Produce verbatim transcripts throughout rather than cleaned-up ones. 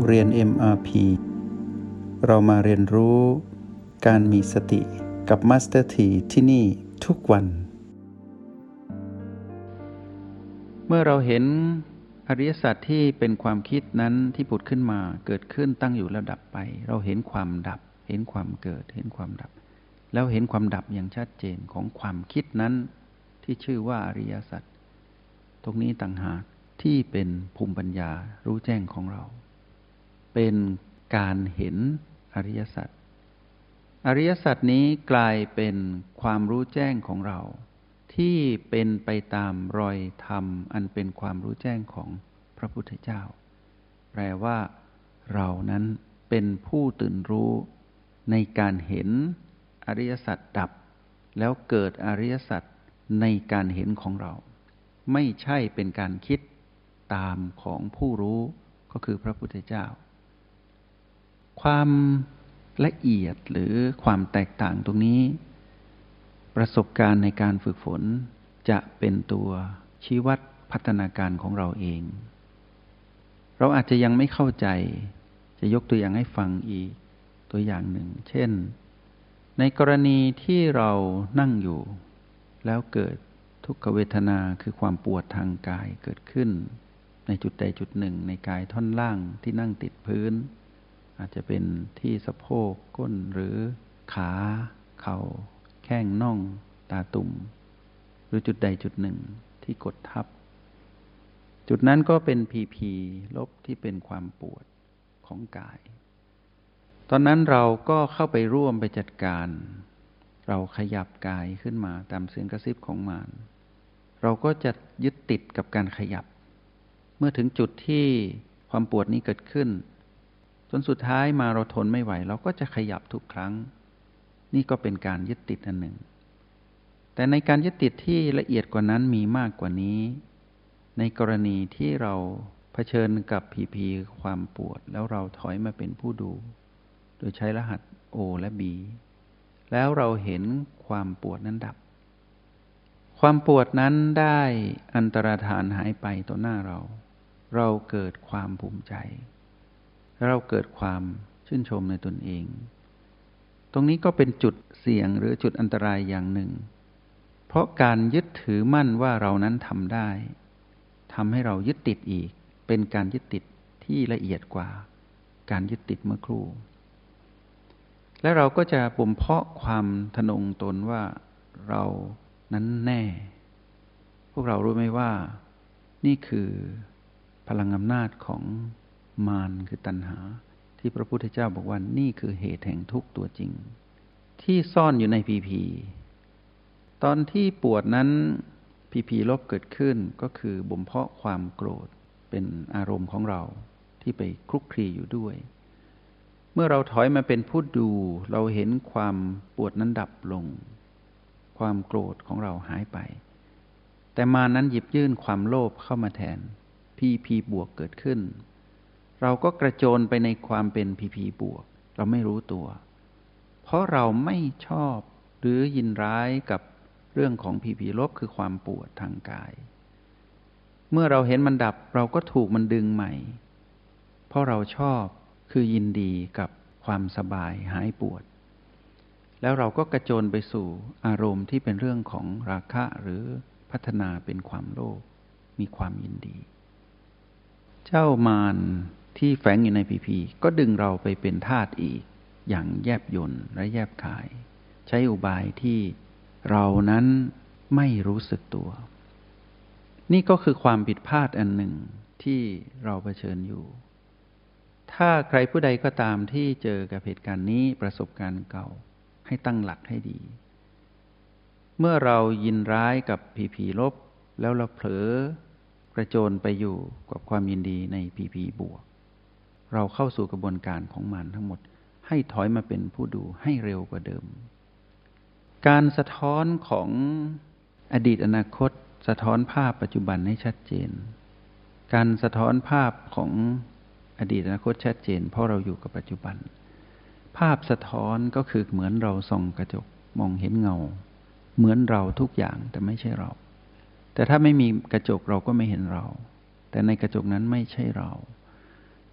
เรียน เอ็ม อาร์ พี เรามาเรียนรู้การมีสติกับ Master T ที่นี่ทุกวันเมื่อเราเห็นอริยสัจที่เป็นความคิดนั้นที่ผุดขึ้นมาเกิดขึ้นตั้งอยู่แล้วดับไปเราเห็นความดับเห็นความเกิดเห็นความดับแล้วเห็นความดับอย่างชัดเจนของความคิดนั้นที่ชื่อว่าอริยสัจตรงนี้ต่างหากที่เป็นภูมิปัญญารู้แจ้งของเราเป็นการเห็นอริยสัจอริยสัจนี้กลายเป็นความรู้แจ้งของเราที่เป็นไปตามรอยธรรมอันเป็นความรู้แจ้งของพระพุทธเจ้าแปลว่าเรานั้นเป็นผู้ตื่นรู้ในการเห็นอริยสัจดับแล้วเกิดอริยสัจในการเห็นของเราไม่ใช่เป็นการคิดตามของผู้รู้ก็คือพระพุทธเจ้าความละเอียดหรือความแตกต่างตรงนี้ประสบการณ์ในการฝึกฝนจะเป็นตัวชี้วัดพัฒนาการของเราเองเราอาจจะยังไม่เข้าใจจะยกตัวอย่างให้ฟังอีกตัวอย่างหนึ่งเช่นในกรณีที่เรานั่งอยู่แล้วเกิดทุกขเวทนาคือความปวดทางกายเกิดขึ้นในจุดใดจุดหนึ่งในกายท่อนล่างที่นั่งติดพื้นอาจจะเป็นที่สะโพกก้นหรือขาเข่าแข้งน่องตาตุ่มหรือจุดใดจุดหนึ่งที่กดทับจุดนั้นก็เป็นพีพีลบที่เป็นความปวดของกายตอนนั้นเราก็เข้าไปร่วมไปจัดการเราขยับกายขึ้นมาตามเสียงกระซิบของมารเราก็จะยึดติดกับการขยับเมื่อถึงจุดที่ความปวดนี้เกิดขึ้นจนสุดท้ายมาเราทนไม่ไหวเราก็จะขยับทุกครั้งนี่ก็เป็นการยึดติดอันหนึ่งแต่ในการยึดติดที่ละเอียดกว่านั้นมีมากกว่านี้ในกรณีที่เราเผชิญกับผีผีความปวดแล้วเราถอยมาเป็นผู้ดูโดยใช้รหัส O และ B แล้วเราเห็นความปวดนั้นดับความปวดนั้นได้อันตรธานหายไปต่อหน้าเราเราเกิดความภูมิใจเราเกิดความชื่นชมในตนเองตรงนี้ก็เป็นจุดเสี่ยงหรือจุดอันตรายอย่างหนึ่งเพราะการยึดถือมั่นว่าเรานั้นทำได้ทำให้เรายึดติดอีกเป็นการยึดติดที่ละเอียดกว่าการยึดติดเมื่อครู่และเราก็จะบ่มเพาะความทะนงตนว่าเรานั้นแน่พวกเรารู้ไหมว่านี่คือพลังอำนาจของมารคือตัณหาที่พระพุทธเจ้าบอกว่านี่คือเหตุแห่งทุกข์ตัวจริงที่ซ่อนอยู่ในพีพีตอนที่ปวดนั้นพีพีลบเกิดขึ้นก็คือบ่มเพาะความโกรธเป็นอารมณ์ของเราที่ไปคลุกคลีอยู่ด้วยเมื่อเราถอยมาเป็นผู้ดูเราเห็นความปวดนั้นดับลงความโกรธของเราหายไปแต่มานั้นหยิบยื่นความโลภเข้ามาแทนพีพีบวกเกิดขึ้นเราก็กระโจนไปในความเป็นพีพีบวกเราไม่รู้ตัวเพราะเราไม่ชอบหรือยินร้ายกับเรื่องของพีพีลบคือความปวดทางกายเมื่อเราเห็นมันดับเราก็ถูกมันดึงใหม่เพราะเราชอบคือยินดีกับความสบายหายปวดแล้วเราก็กระโจนไปสู่อารมณ์ที่เป็นเรื่องของราคะหรือพัฒนาเป็นความโลภมีความยินดีเจ้ามารที่แฝงอยู่ในพีพีก็ดึงเราไปเป็นทาสอีกอย่างแยบยลและแยบคายใช้อุบายที่เรานั้นไม่รู้สึกตัวนี่ก็คือความผิดพลาดอันหนึ่งที่เราเผชิญอยู่ถ้าใครผู้ใดก็ตามที่เจอกับเหตุการณ์นี้ประสบการณ์เก่าให้ตั้งหลักให้ดีเมื่อเรายินร้ายกับพีพีลบแล้วเราเผลอกระโจนไปอยู่กับความยินดีในพีพีบวกเราเข้าสู่กระบวนการของมันทั้งหมดให้ถอยมาเป็นผู้ดูให้เร็วกว่าเดิมการสะท้อนของอดีตอนาคตสะท้อนภาพปัจจุบันให้ชัดเจนการสะท้อนภาพของอดีตอนาคตชัดเจนเพราะเราอยู่กับปัจจุบันภาพสะท้อนก็คือเหมือนเราส่องกระจกมองเห็นเงาเหมือนเราทุกอย่างแต่ไม่ใช่เราแต่ถ้าไม่มีกระจกเราก็ไม่เห็นเราแต่ในกระจกนั้นไม่ใช่เรา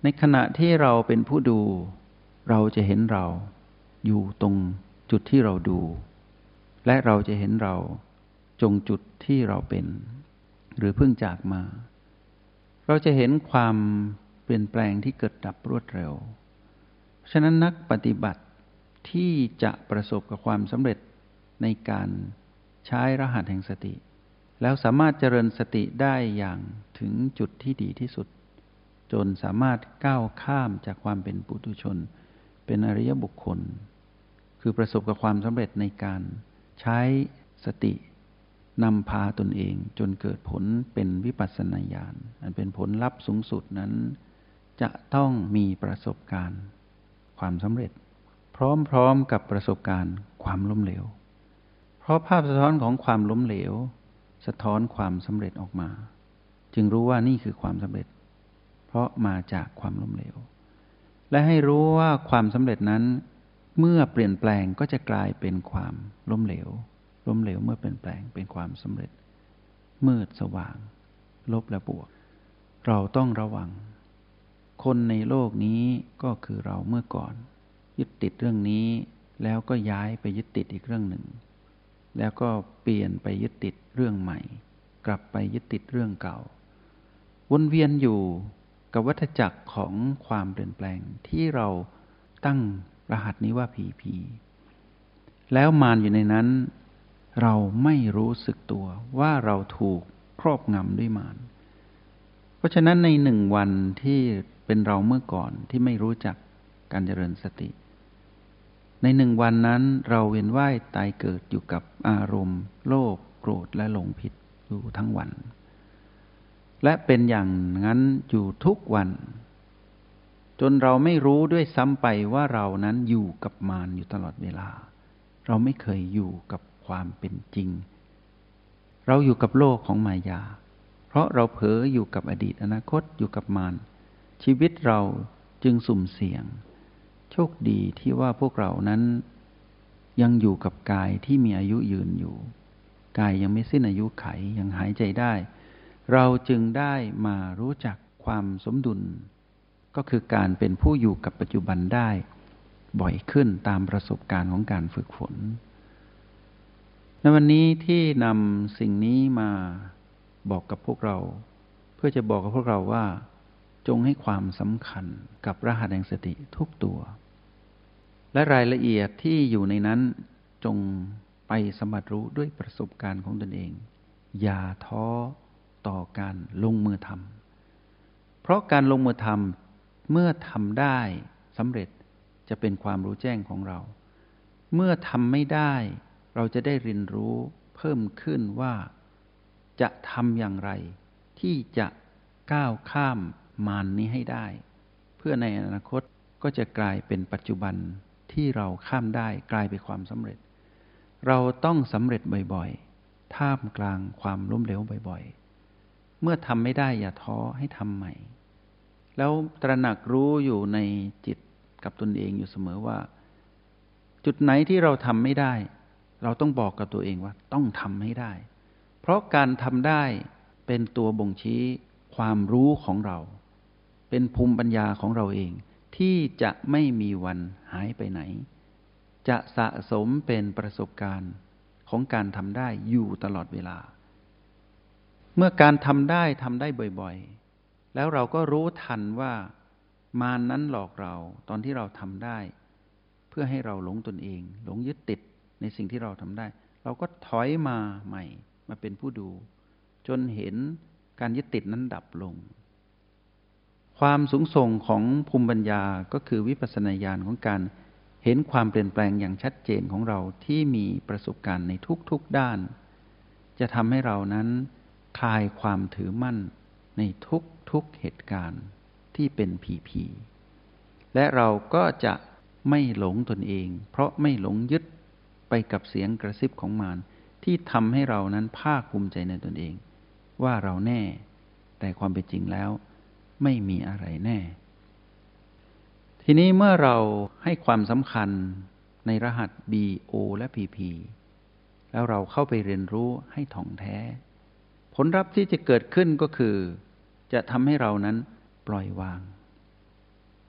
ในขณะที่เราเป็นผู้ดูเราจะเห็นเราอยู่ตรงจุดที่เราดูและเราจะเห็นเราจงจุดที่เราเป็นหรือเพิ่งจากมาเราจะเห็นความเปลี่ยนแปลงที่เกิดดับรวดเร็วฉะนั้นนักปฏิบัติที่จะประสบกับความสำเร็จในการใช้รหัสแห่งสติแล้วสามารถเจริญสติได้อย่างถึงจุดที่ดีที่สุดจนสามารถก้าวข้ามจากความเป็นปุถุชนเป็นอริยบุคคลคือประสบกับความสำเร็จในการใช้สตินำพาตนเองจนเกิดผลเป็นวิปัสสนาญาณอันเป็นผลลัพธ์สูงสุดนั้นจะต้องมีประสบการณ์ความสำเร็จพร้อมๆกับประสบการณ์ความล้มเหลวเพราะภาพสะท้อนของความล้มเหลวสะท้อนความสำเร็จออกมาจึงรู้ว่านี่คือความสำเร็จเพราะมาจากความล้มเหลวและให้รู้ว่าความสำเร็จนั้นเมื่อเปลี่ยนแปลงก็จะกลายเป็นความล้มเหลวล้มเหลวเมื่อเปลี่ยนแปลงเป็นความสำเร็จมืดสว่างลบและบวกเราต้องระวังคนในโลกนี้ก็คือเราเมื่อก่อนยึดติดเรื่องนี้แล้วก็ย้ายไปยึดติดอีกเรื่องหนึ่งแล้วก็เปลี่ยนไปยึดติดเรื่องใหม่กลับไปยึดติดเรื่องเก่าวนเวียนอยู่กับวัฏจักรของความเปลี่ยนแปลงที่เราตั้งรหัสนี้ว่าผีผีแล้วมารอยู่ในนั้นเราไม่รู้สึกตัวว่าเราถูกครอบงำด้วยมารเพราะฉะนั้นในหนึ่งวันที่เป็นเราเมื่อก่อนที่ไม่รู้จักการเจริญสติในหนึ่งวันนั้นเราเวียนว่ายตายเกิดอยู่กับอารมณ์โลภโกรธและหลงผิดอยู่ทั้งวันและเป็นอย่างนั้นอยู่ทุกวันจนเราไม่รู้ด้วยซ้ำไปว่าเรานั้นอยู่กับมารอยู่ตลอดเวลาเราไม่เคยอยู่กับความเป็นจริงเราอยู่กับโลกของมายาเพราะเราเผลออยู่กับอดีตอนาคตอยู่กับมารชีวิตเราจึงสุ่มเสี่ยงโชคดีที่ว่าพวกเรานั้นยังอยู่กับกายที่มีอายุยืนอยู่กายยังไม่สิ้นอายุไขยังหายใจได้เราจึงได้มารู้จักความสมดุลก็คือการเป็นผู้อยู่กับปัจจุบันได้บ่อยขึ้นตามประสบการณ์ของการฝึกฝนในวันนี้ที่นำสิ่งนี้มาบอกกับพวกเราเพื่อจะบอกกับพวกเราว่าจงให้ความสำคัญกับรหัสแห่งสติทุกตัวและรายละเอียดที่อยู่ในนั้นจงไปสัมผัสรู้ด้วยประสบการณ์ของตนเองอย่าท้อต่อการลงมือทำเพราะการลงมือทำเมื่อทำได้สำเร็จจะเป็นความรู้แจ้งของเราเมื่อทำไม่ได้เราจะได้เรียนรู้เพิ่มขึ้นว่าจะทำอย่างไรที่จะก้าวข้ามมารนี้ให้ได้เพื่อในอนาคตก็จะกลายเป็นปัจจุบันที่เราข้ามได้กลายเป็นความสำเร็จเราต้องสำเร็จบ่อยๆท่ามกลางความล้มเหลวบ่อยๆเมื่อทำไม่ได้อย่าท้อให้ทำใหม่แล้วตระหนักรู้อยู่ในจิตกับตนเองอยู่เสมอว่าจุดไหนที่เราทำไม่ได้เราต้องบอกกับตัวเองว่าต้องทำให้ได้เพราะการทำได้เป็นตัวบ่งชี้ความรู้ของเราเป็นภูมิปัญญาของเราเองที่จะไม่มีวันหายไปไหนจะสะสมเป็นประสบการณ์ของการทำได้อยู่ตลอดเวลาเมื่อการทำได้ทำได้บ่อยๆแล้วเราก็รู้ทันว่ามารนั้นหลอกเราตอนที่เราทำได้เพื่อให้เราหลงตนเองหลงยึดติดในสิ่งที่เราทำได้เราก็ถอยมาใหม่มาเป็นผู้ดูจนเห็นการยึดติดนั้นดับลงความสูงส่งของภูมิปัญญาก็คือวิปัสสนาญาณของการเห็นความเปลี่ยนแปลงอย่างชัดเจนของเราที่มีประสบการณ์ในทุกๆด้านจะทำให้เรานั้นคลายความถือมั่นในทุกๆเหตุการณ์ที่เป็นผีๆและเราก็จะไม่หลงตนเองเพราะไม่หลงยึดไปกับเสียงกระซิบของมารที่ทำให้เรานั้นภาคภูมิใจในตนเองว่าเราแน่แต่ความเป็นจริงแล้วไม่มีอะไรแน่ทีนี้เมื่อเราให้ความสำคัญในรหัส บี โอ และ พี พี แล้วเราเข้าไปเรียนรู้ให้ถ่องแท้ผลลัพธ์ที่จะเกิดขึ้นก็คือจะทำให้เรานั้นปล่อยวาง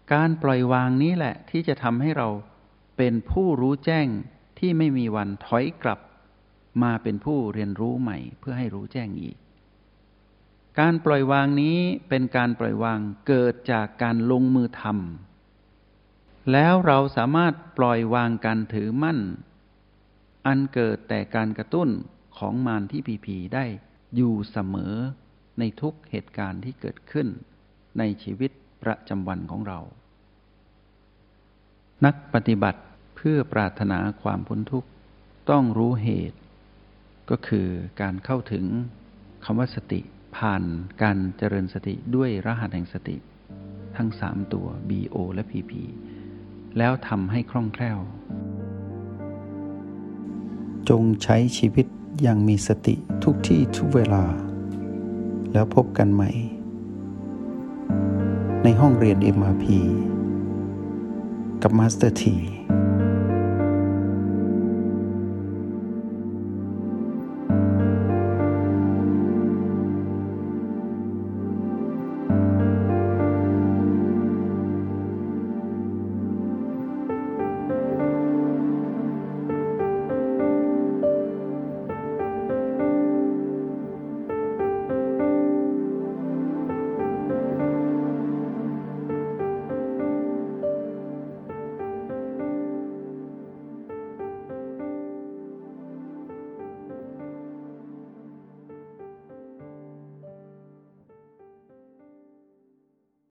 การปล่อยวางนี้แหละที่จะทำให้เราเป็นผู้รู้แจ้งที่ไม่มีวันถอยกลับมาเป็นผู้เรียนรู้ใหม่เพื่อให้รู้แจ้งอีกการปล่อยวางนี้เป็นการปล่อยวางเกิดจากการลงมือทำแล้วเราสามารถปล่อยวางการถือมั่นอันเกิดแต่การกระตุ้นของมารที่ผีผีได้อยู่เสมอในทุกเหตุการณ์ที่เกิดขึ้นในชีวิตประจำวันของเรานักปฏิบัติเพื่อปรารถนาความพ้นทุกข์ต้องรู้เหตุก็คือการเข้าถึงคำว่าสติผ่านการเจริญสติด้วยรหัสแห่งสติทั้งสามตัว บี โอ และ พี พี แล้วทำให้คล่องแคล่วจงใช้ชีวิตอย่างมีสติทุกที่ทุกเวลาแล้วพบกันใหม่ในห้องเรียน เอ็ม อาร์ พี กับมาสเตอร์ ที